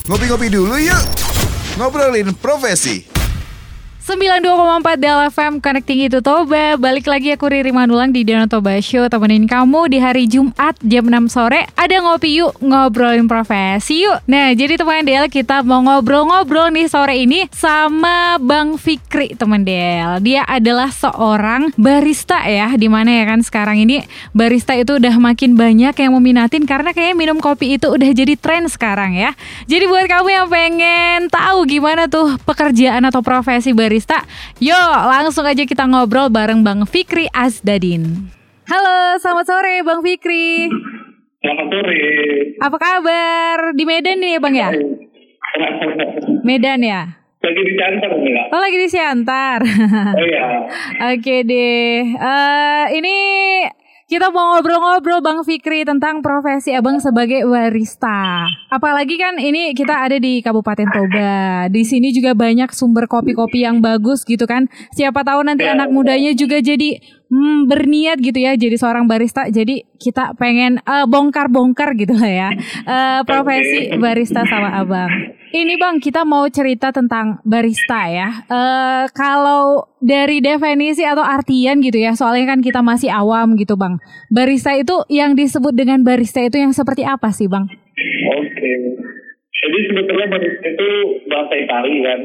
Ngopi-ngopi dulu yuk. Ngobrolin profesi. 92,4 Del FM Connecting itu Toba. Balik lagi aku Riri Manulang di Danau Toba Show. Temenin kamu di hari Jumat jam 6 sore. Ada ngopi yuk, ngobrolin profesi yuk. Nah jadi teman Del, kita mau ngobrol-ngobrol nih sore ini sama Bang Fikri teman Del. Dia adalah seorang barista ya. Dimana ya kan sekarang ini barista itu udah makin banyak yang meminatin. Karena kayaknya minum kopi itu udah jadi tren sekarang ya. Jadi buat kamu yang pengen tahu gimana tuh pekerjaan atau profesi barista, yuk langsung aja kita ngobrol bareng Bang Fikri Asdadin. Halo, selamat sore Bang Fikri. Selamat sore. Apa kabar? Di Medan nih ya Bang ya? Medan ya? Lagi di Siantar enggak? Oh lagi di Siantar. Oh iya. Oke deh. Ini kita mau ngobrol-ngobrol Bang Fikri tentang profesi Abang sebagai barista. Apalagi kan ini kita ada di Kabupaten Toba. Di sini juga banyak sumber kopi-kopi yang bagus gitu kan. Siapa tahu nanti anak mudanya juga jadi berniat gitu ya jadi seorang barista. Jadi kita pengen bongkar-bongkar gitu lah ya. Profesi barista sama Abang. Ini Bang, kita mau cerita tentang barista ya. Kalau dari definisi atau artian gitu ya, soalnya kan kita masih awam gitu Bang. Barista itu yang disebut dengan barista itu yang seperti apa sih Bang? Oke. Jadi sebetulnya barista itu bahasa Itali kan.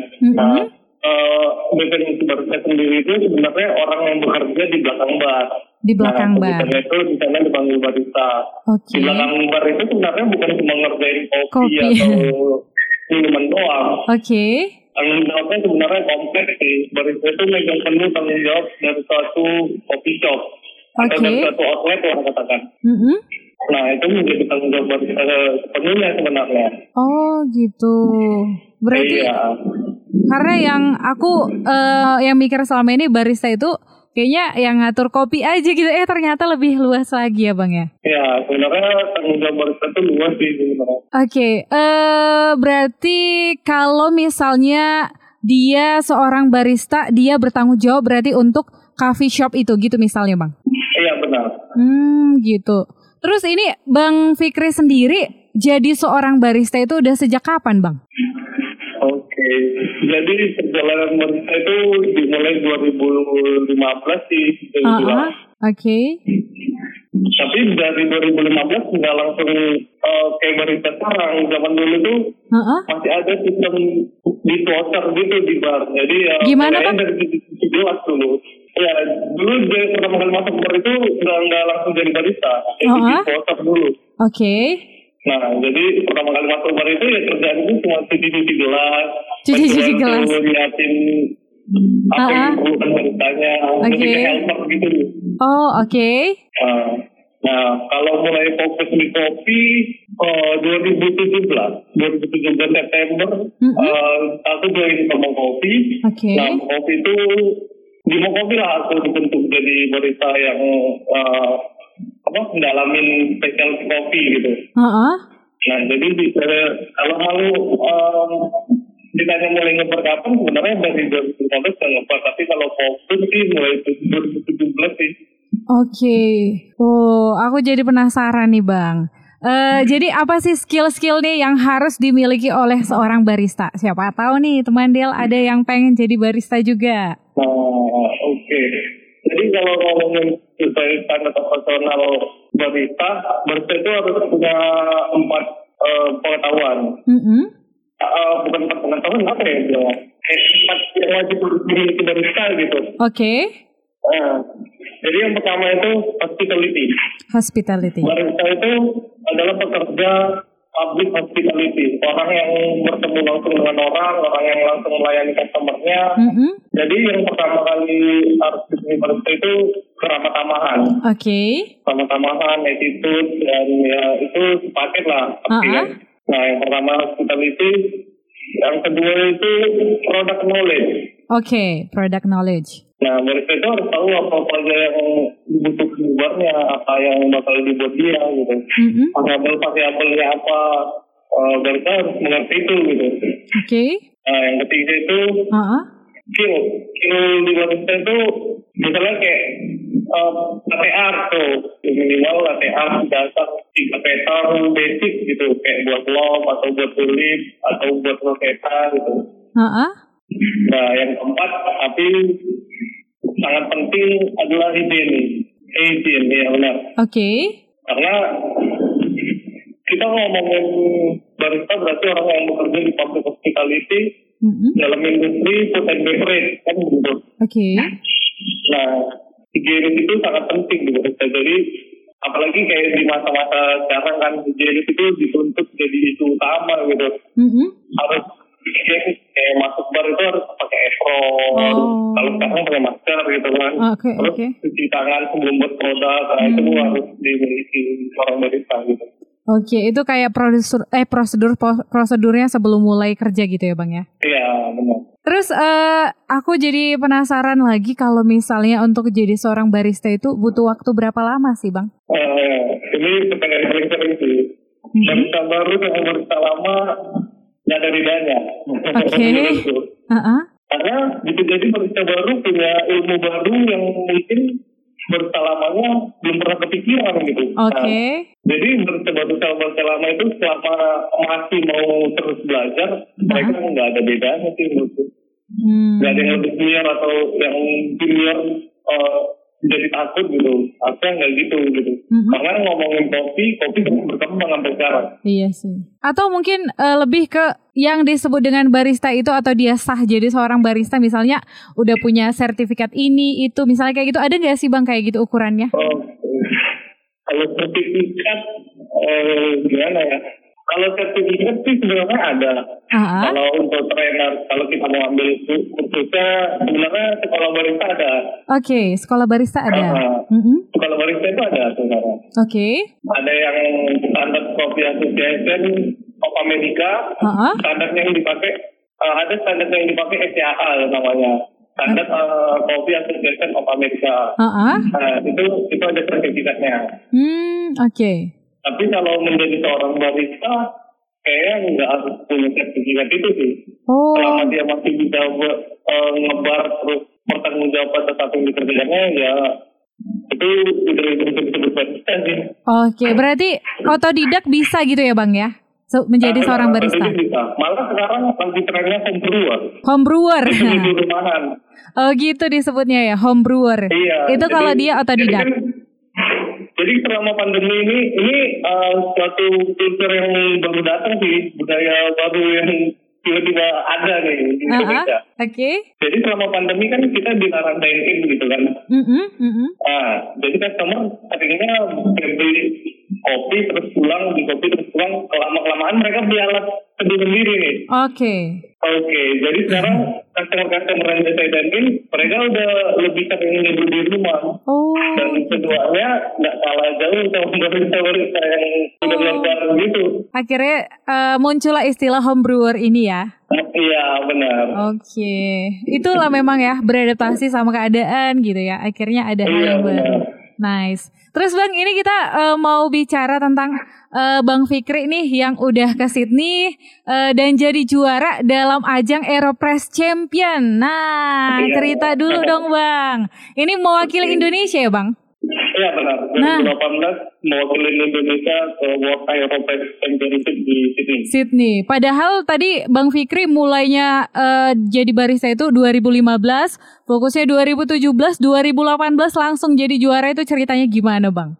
Definisi barista sendiri itu sebenarnya orang yang bekerja di belakang bar. Di belakang bar. Itu di sana dipanggil barista. Okay. Di belakang bar itu sebenarnya bukan cuma ngerjain kopi. Atau minuman doang. Oke. Tanggung jawabnya sebenarnya kompleks sih. Barista itu megang penuh tanggung jawab dari suatu coffee shop atau dari suatu outlet lah katakan. Nah itu menjadi tanggung jawab barista sepenuhnya sebenarnya. Oh gitu. Berarti karena yang aku yang mikir selama ini barista itu kayaknya yang ngatur kopi aja gitu. Ternyata lebih luas lagi ya Bang ya? Ya, sebenarnya tanggung jawab barista itu luas sih sebenarnya. Oke, berarti kalau misalnya dia seorang barista, dia bertanggung jawab berarti untuk coffee shop itu gitu misalnya Bang? Iya, benar. Gitu. Terus ini Bang Fikri sendiri jadi seorang barista itu udah sejak kapan Bang? Oke, jadi perjalanan barista itu dimulai 2015 sih. Oke. Tapi dari 2015 nggak langsung kayak barista sekarang. Zaman dulu tuh masih ada sistem di voucher gitu di bar. Jadi gimana Bang? Dari 2017 dulu. Ya, dulu dia pertama kali masuk bar itu nggak langsung jadi barista. Jadi di voucher dulu. Oke. Nah, jadi pertama kali masuk bar itu ya kerjaan itu cuma cuci gelas. Cuci gelas. Liatin apa yang diperlukan baristanya. Jadi kayak helper gitu. Oh, oke. Nah, kalau mulai fokus di kopi 2017 September aku join sama kopi. Nah, kopi itu di kopi lah aku dibentuk jadi barista yang mendalamin specialty kopi gitu. Nah, jadi kalau mau ditanya mulai ngebar kapan, sebenarnya dari 2015 udah ngebar, tapi kalau fokus sih mulai 2017 sih. Oke. Oh, aku jadi penasaran nih Bang. Jadi apa sih skill-skill nih yang harus dimiliki oleh seorang barista? Siapa tahu nih teman Del ada yang pengen jadi barista juga. Oke. Jadi kalau ngomongin standar atau personal barista itu harus punya 4 pengetahuan. Bukan 4 pengetahuan, apa ya? 4 yang wajib dimiliki barista gitu. Oke. Jadi yang pertama itu hospitality. Barista itu adalah pekerja public hospitality, orang yang bertemu langsung dengan orang yang langsung melayani customer-nya. Jadi yang pertama kali harus dimiliki barista itu keramah tamahan. Keramah tamahan, attitude, dan ya itu sepaket lah. Nah yang pertama hospitality, yang kedua itu product knowledge. Product knowledge. Nah, barista itu harus tahu apa aja yang dibutuhkan di barnya, apa yang bakal dibuat dia gitu. Variabel-variabelnya apa, barista harus mengerti itu gitu. Nah, yang ketiga itu skill di barista itu misalnya kayak latte art tuh, minimal latte art dasar 3 petal basic gitu, kayak buat love atau buat tulip atau buat rosetta gitu. Nah, yang keempat tapi sangat penting adalah hygiene ya benar. Oke. Karena kita ngomongin barista berarti orang yang bekerja di public hospitality dalam industri food and beverage kan gitu. Oke. Nah, higienis itu sangat penting di barista. Jadi apalagi kayak di masa-masa sekarang kan higienis itu dituntut jadi isu utama gitu. Harus higienis, kayak masuk bar itu harus pakai apron. Kalau sekarang pakai masker gitu kan. Terus cuci tangan sebelum buat produk, itu harus dimiliki orang barista gitu. Oke, itu kayak prosedurnya sebelum mulai kerja gitu ya Bang ya? Iya, benar. Terus aku jadi penasaran lagi kalau misalnya untuk jadi seorang barista itu butuh waktu berapa lama sih Bang? Ini pertanyaan paling sering sih. Barista baru sama barista lama nggak ada bedanya. Oke. Karena bisa jadi barista baru punya ilmu baru yang mungkin barista lamanya belum pernah kepikiran gitu. Oke. Jadi barista lama itu selama masih mau terus belajar, mereka nggak ada bedanya sih menurutku. Nggak ada yang lebih senior atau yang junior jadi takut gitu. Artinya nggak gitu. Karena ngomongin kopi terus berkembang sampai sekarang. Iya sih. Atau mungkin lebih ke yang disebut dengan barista itu atau dia sah jadi seorang barista misalnya udah punya sertifikat ini itu misalnya kayak gitu, ada nggak sih Bang kayak gitu ukurannya? Kalau sertifikat gimana ya? Kalau sertifikat sih sebenarnya ada. Kalau untuk trainer, kalau kita mau ambil khususnya sebenarnya sekolah barista ada. Oke, sekolah barista ada. Sekolah barista itu ada sebenarnya. Oke. Ada yang standar Coffee Association of America. Standarnya yang dipakai ada standar yang dipakai SCAA namanya. Standar Coffee Association of America. Nah, itu ada sertifikatnya. Oke. Tapi kalau menjadi seorang barista, kayaknya nggak harus punya sertifikat itu sih. Selama dia masih bisa ngebar terus bertanggung jawab atas apa yang dikerjakannya, ya itu udah bisa disebut barista sih. Oke, berarti otodidak bisa gitu ya Bang ya? Menjadi seorang barista. Bisa. Malah sekarang lagi trennya homebrewer. Homebrewer. Di rumahan. Oh gitu disebutnya ya, homebrewer. Iya. Itu kalau dia otodidak. Jadi selama pandemi ini suatu kultur yang baru datang sih, budaya baru yang tiba-tiba ada nih di Indonesia. Oke. Jadi selama pandemi kan kita dilarang dine-in gitu kan. Jadi customer akhirnya beli kopi terus pulang, kelamaan mereka beli alat sendiri nih. Oke, jadi sekarang customer yang biasa dine-in, mereka udah lebih sering nyeduh di rumah. Dan keduanya nggak kalah jauh sama barista-barista yang udah belajar gitu. Akhirnya muncullah istilah homebrewer ini ya. Iya, benar. Oke. Itulah memang ya, beradaptasi sama keadaan gitu ya. Akhirnya ada hal yang baru. Nice. Terus Bang, ini kita mau bicara tentang Bang Fikri nih yang udah ke Sydney dan jadi juara dalam ajang Aeropress Champion. Nah, cerita dulu dong Bang. Ini mewakili Indonesia ya Bang? Iya benar. 2018 mewakili Indonesia ke World Aeropress Championship di Sydney. Padahal tadi Bang Fikri mulainya jadi barista itu 2015, fokusnya 2017, 2018 langsung jadi juara, itu ceritanya gimana Bang?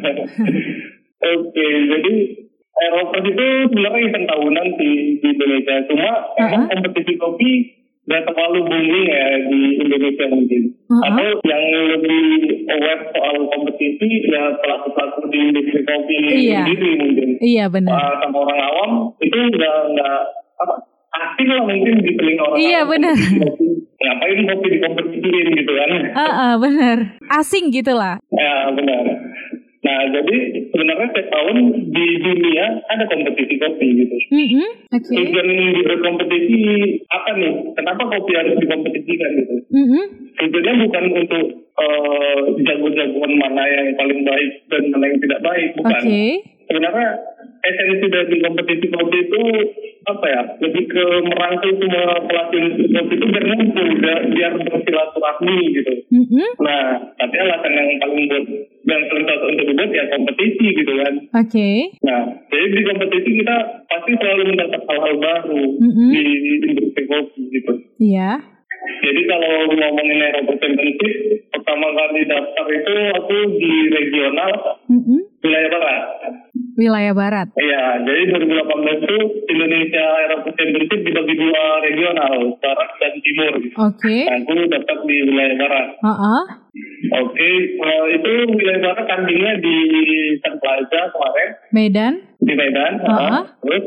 Oke, jadi Aeropress itu sebenarnya event tahunan di Indonesia. Cuma emang kompetisi kopi gak terlalu booming ya di Indonesia mungkin. Atau yang lebih aware soal kompetisi ya pelaku-pelaku di industri kopi sendiri mungkin. Iya benar. Sama orang awam itu nggak asing lah mungkin di telinga orang. Iya benar. Ngapain kopi dikompetisiin gitu kan? Benar. Asing gitulah. Ya benar. Nah, jadi sebenarnya setiap tahun di dunia ada kompetisi kopi gitu. Tujuan berkompetisi apa nih? Kenapa kopi harus dikompetisikan gitu? Tujuannya bukan untuk jago-jagoan mana yang paling baik dan mana yang tidak baik, bukan. Sebenarnya esensi dari kompetisi kopi itu apa ya? Lebih ke merangkul semua pelatih kopi itu biar ngumpul, biar bersilaturahmi gitu. Nah, tapi alasan yang paling cocok untuk dibuat ya kompetisi gitu kan. Oke. Nah, jadi di kompetisi kita pasti selalu mendapat hal-hal baru di industri kopi gitu. Iya. Jadi kalau ngomongin Eropa Championship, pertama kali daftar itu aku di regional wilayah barat. Wilayah barat. Iya, jadi 2018 itu Indonesia Eropa Championship dibagi dua regional, barat dan timur. Oke. Nah, aku daftar di wilayah barat. Oke, itu wilayah barat tandingnya di Sun Plaza kemarin. Medan. Di Medan. Terus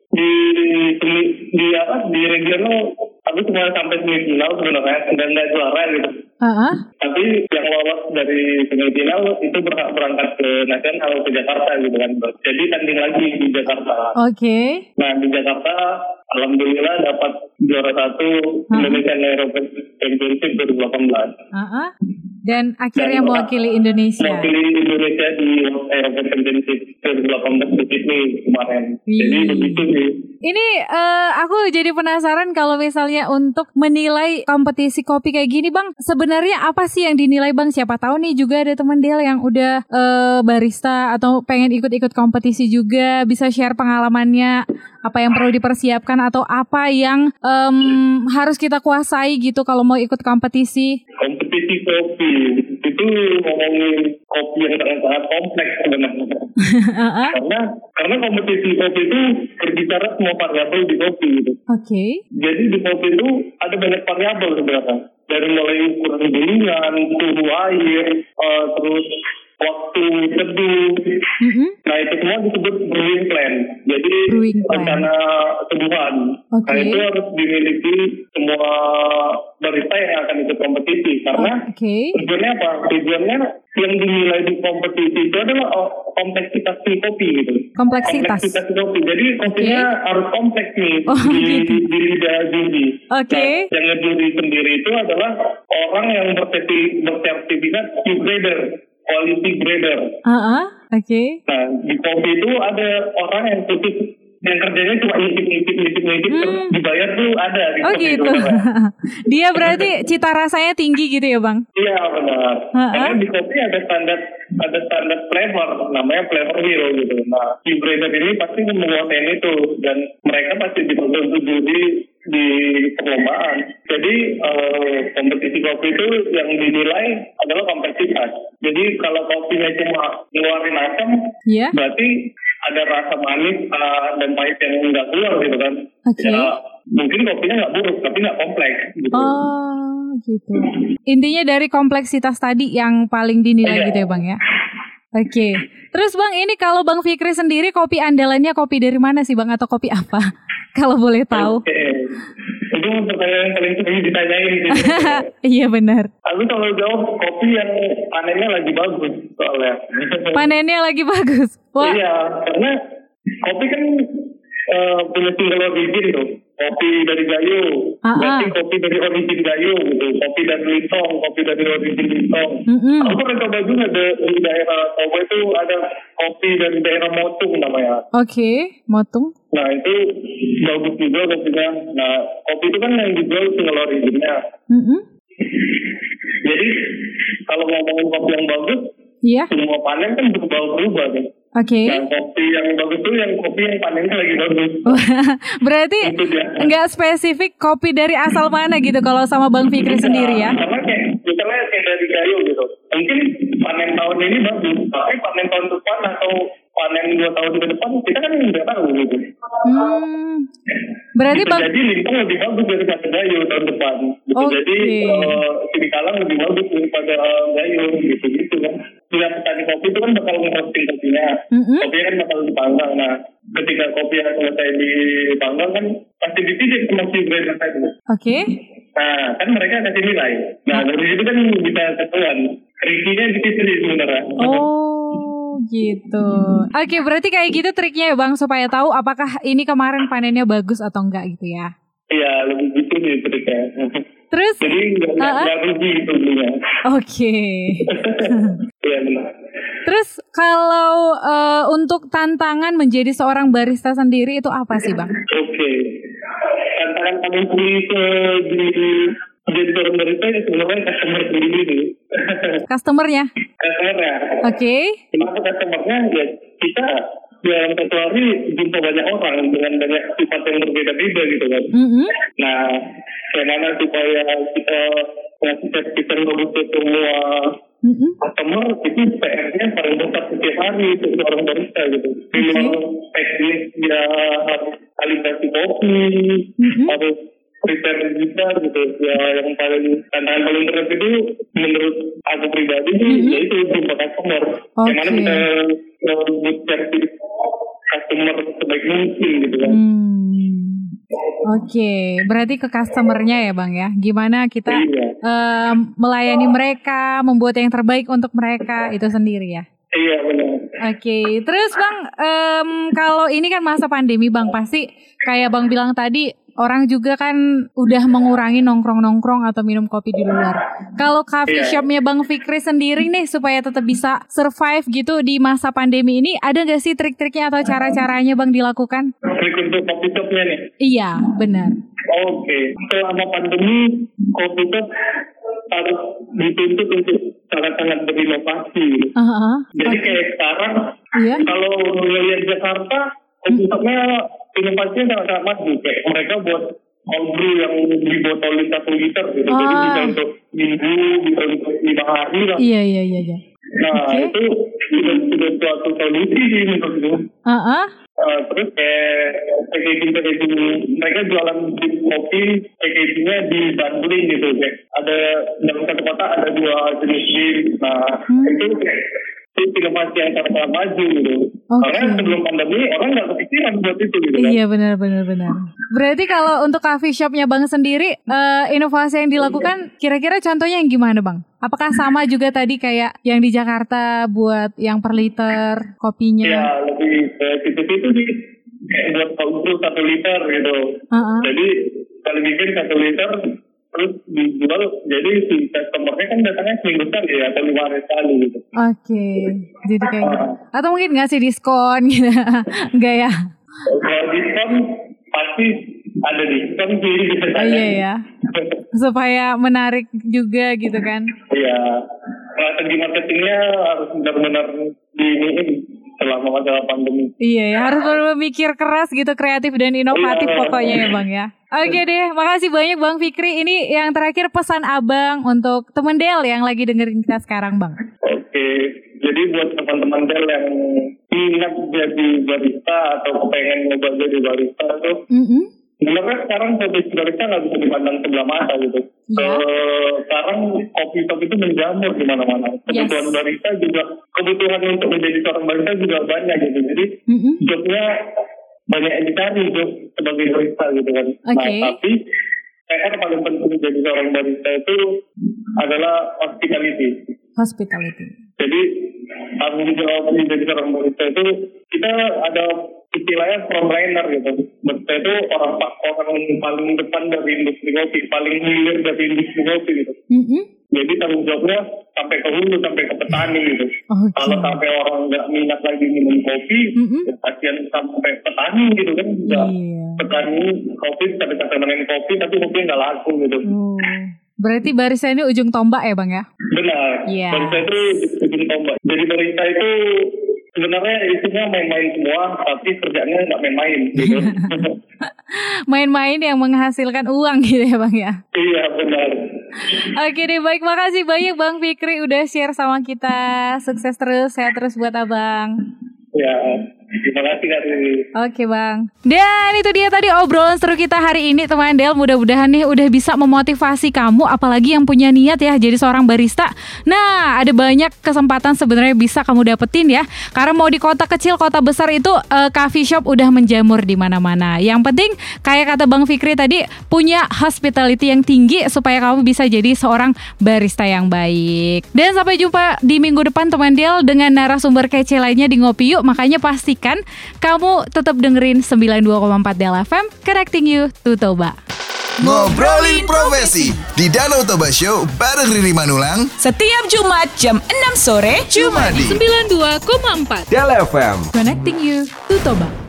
di regional aku cuma sampai semifinal sebenarnya, nggak juara gitu. Tapi yang lolos dari semifinal itu berangkat ke nasional ke Jakarta gitu kan. Jadi tanding lagi di Jakarta. Oke. Nah di Jakarta alhamdulillah dapat juara 1 Indonesia Eropa Championship 2018. Dan akhirnya mewakili Indonesia. Mewakili Indonesia di Eropa Championship 2018 di Sydney kemarin. Jadi begitu sih. Ini aku jadi penasaran kalau misalnya untuk menilai kompetisi kopi kayak gini Bang, sebenarnya apa sih yang dinilai Bang? Siapa tahu nih juga ada teman Del yang udah barista atau pengen ikut-ikut kompetisi juga, bisa share pengalamannya, apa yang perlu dipersiapkan atau apa yang harus kita kuasai gitu kalau mau ikut kompetisi. Kompetisi kopi itu ngomongin kopi yang sangat kompleks sebenarnya. Karena kompetisi kopi itu berbicara semua variabel di kopi gitu. Oke. Jadi di kopi itu ada banyak variabel sebenarnya. Dari mulai ukuran gilingan, suhu air, terus waktu teduh. Nah itu semua disebut brewing plan. Jadi rencana teduhan. Nah itu harus dimiliki semua barista yang akan ikut kompetisi. Karena tujuannya apa? Tujuannya yang dinilai di kompetisi itu adalah kompleksitas kopi gitu. Kompleksitas kopi. Jadi kopinya harus kompleks nih di lidah juri. Nah, yang ngejuri sendiri itu adalah orang yang bersertifikat Q-grader, quality grader. Nah di kopi itu ada orang yang khusus yang kerjanya cuma ngicip terus dibayar tuh ada gitu. Dia berarti cita rasanya tinggi gitu ya Bang? Iya benar. Karena di kopi ada standar flavor, namanya flavor hero gitu. Nah Q-grader ini pasti menguasai itu dan mereka pasti dipanggil untuk juri di perlombaan. Jadi kompetisi kopi itu yang dinilai adalah kompleksitas. Jadi kalau kopinya cuma ngeluarin asam, berarti ada rasa manis dan pahit yang nggak keluar gitu kan. Ya, mungkin kopinya nggak buruk tapi nggak kompleks gitu. Oh gitu. Intinya dari kompleksitas tadi yang paling dinilai gitu ya Bang ya. Oke. Terus Bang, ini kalau Bang Fikri sendiri kopi andalannya kopi dari mana sih Bang, atau kopi apa? Kalau boleh tahu. Itu pertanyaan yang paling sering ditanyain gitu. Iya benar. Aku kalau jawab kopi yang panennya lagi bagus soalnya. Panennya lagi bagus. Wah. Iya, karena kopi kan punya single origin tuh. Kopi dari Gayo, berarti kopi dari origin Gayo gitu. Kopi dari Litong, kopi dari origin Litong. Aku pernah coba juga di daerah Toba itu ada kopi dari daerah Motung namanya. Motung. Nah itu bagus juga kopinya. Nah kopi itu kan yang dijual single originnya. Jadi kalau ngomongin kopi yang bagus, semua panen kan berubah-ubah nih. Nah kopi yang bagus tuh yang kopi yang panennya lagi bagus. Berarti nggak spesifik kopi dari asal mana gitu kalau sama Bang Fikri sendiri ya? Karena misalnya kayak dari Gayo gitu, mungkin panen tahun ini bagus, tapi panen tahun depan atau panen 2 tahun ke depan kita kan nggak tahu gitu. Berarti Bang, jadi Lintang lebih bagus daripada Gayo tahun depan. Gitu. Jadi Sirikalang lebih bagus daripada Gayo gitu kan. Setiap petani kopi itu kan bakal ngerosting kopinya. Kopinya kan bakal dipanggang. Nah, ketika kopi yang selesai dipanggang kan pasti ditidik sama si grader tadi. Nah, kan mereka kasih nilai. Nah, dari situ kan bisa ketahuan. Rikinya di situ sebenarnya. Gitu. Berarti kayak gitu triknya ya Bang, supaya tahu apakah ini kemarin panennya bagus atau enggak gitu ya? Iya, lebih gitu nih triknya. Terus? Jadi nggak rugi gitu belinya. Oke. Iya benar. Terus kalau untuk tantangan menjadi seorang barista sendiri itu apa sih Bang? Oke. Tantangan paling sulit jadi seorang barista ya sebenarnya customer sendiri nih. Customernya? Customernya. Oke. Kenapa customernya? Ya kita dalam satu hari jumpa banyak orang dengan banyak sifat yang berbeda-beda gitu kan. Nah, bagaimana supaya kita ngasih sertifikat untuk semua customer itu PR-nya paling besar setiap hari untuk seorang barista gitu. Memang teknis dia harus kalibrasi kopi, harus prepare juga gitu. Ya yang tantangan paling berat itu menurut aku pribadi yaitu jumpa customer. Bagaimana kita buat servis customer sebaik mungkin gitu kan. Oke, berarti ke customernya ya Bang ya. Gimana kita melayani mereka, membuat yang terbaik untuk mereka itu sendiri ya. Iya benar. Oke, terus Bang, kalau ini kan masa pandemi Bang, pasti kayak Bang bilang tadi orang juga kan udah mengurangi nongkrong-nongkrong atau minum kopi di luar. Kalau coffee shopnya Bang Fikri sendiri nih supaya tetap bisa survive gitu di masa pandemi ini, ada gak sih trik-triknya atau cara-caranya Bang dilakukan? Trik untuk coffee shopnya nih? Iya, benar. Oke. Selama pandemi, coffee shop harus dituntut untuk sangat-sangat berinovasi. Jadi kayak sekarang, kalau melihat Jakarta, coffee shopnya inovasinya sangat-sangat maju. Kayak mereka buat cold brew yang dibotolin 1 liter gitu. Jadi bisa untuk minggu, bisa untuk 5 hari lah. Iya. Nah, itu sudah suatu solusi sih menurutku. Terus kayak packaging mereka jualan kopi, packagingnya dibundling gitu. Kayak ada dalam satu kotak ada 2 jenis bir. Nah, itu inovasi yang sangat maju gitu. Karena sebelum pandemi orang nggak kepikiran buat itu gitu kan. Iya benar. Berarti kalau untuk coffee shopnya Bang sendiri, inovasi yang dilakukan kira-kira contohnya yang gimana Bang? Apakah sama juga tadi kayak yang di Jakarta buat yang per liter kopinya? Iya, lebih ke situ sih. Kayak buat cold brew 1 liter gitu. Jadi kalau bikin 1 liter terus dijual, jadi si customer-nya kan datangnya seminggu sekali ya, atau 5 hari sekali gitu. Oke, jadi kayak gitu. Atau mungkin ngasih diskon gitu, enggak ya? Kalau diskon pasti ada diskon sih. Iya ya, supaya menarik juga gitu kan. Iya, strategi marketingnya harus benar-benar selama masa pandemi. Iya ya, harus berpikir keras gitu, kreatif dan inovatif pokoknya ya Bang ya. Oke deh, makasih banyak Bang Fikri. Ini yang terakhir pesan Abang untuk teman Del yang lagi dengerin kita sekarang Bang. Oke, jadi buat teman-teman Del yang ingat jadi barista atau kepengen nyoba jadi barista tuh, sebenarnya sekarang profesi barista nggak bisa dipandang sebelah mata gitu. Sekarang kopi shop itu menjamur di mana-mana. Kebutuhan barista juga, kebutuhan untuk menjadi seorang barista juga banyak gitu. Jadi jobnya banyak yang dicari job sebagai barista gitu kan. Nah tapi PR paling penting jadi seorang barista itu adalah hospitality. Jadi tanggung jawab menjadi seorang barista itu kita ada istilahnya frontliner gitu. Barista itu orang paling depan dari industri kopi, paling hilir dari industri kopi gitu. Jadi tanggung jawabnya sampai ke hulu, sampai ke petani gitu. Kalau sampai orang nggak minat lagi minum kopi, kasihan sampai petani gitu kan. Petani kopi, sampai main kopi, tapi kopi nggak laku gitu. Berarti barista ini ujung tombak ya Bang ya? Benar, barista itu ujung tombak. Jadi barista itu sebenarnya isinya main-main semua, tapi kerjanya nggak main-main gitu. Main-main yang menghasilkan uang gitu ya Bang ya? Iya benar. Oke deh, baik, makasih banyak Bang Fikri udah share sama kita. Sukses terus, sehat terus buat Abang. Ya, terima kasih Kak Riri. Oke Bang. Dan itu dia tadi obrolan seru kita hari ini teman Del. Mudah-mudahan nih udah bisa memotivasi kamu, apalagi yang punya niat ya jadi seorang barista. Nah, ada banyak kesempatan sebenarnya bisa kamu dapetin ya. Karena mau di kota kecil, kota besar itu coffee shop udah menjamur di mana-mana. Yang penting kayak kata Bang Fikri tadi, punya hospitality yang tinggi supaya kamu bisa jadi seorang barista yang baik. Dan sampai jumpa di minggu depan teman Del dengan narasumber kece lainnya di Ngopi Yuk. Makanya pastikan kamu tetap dengerin 92,4 Del FM, Connecting You to Toba. Ngobrolin Profesi di Danau Toba Show bareng Riri Manulang. Setiap Jumat jam 6 sore Cuma di 92,4 Del FM. Connecting you to Toba.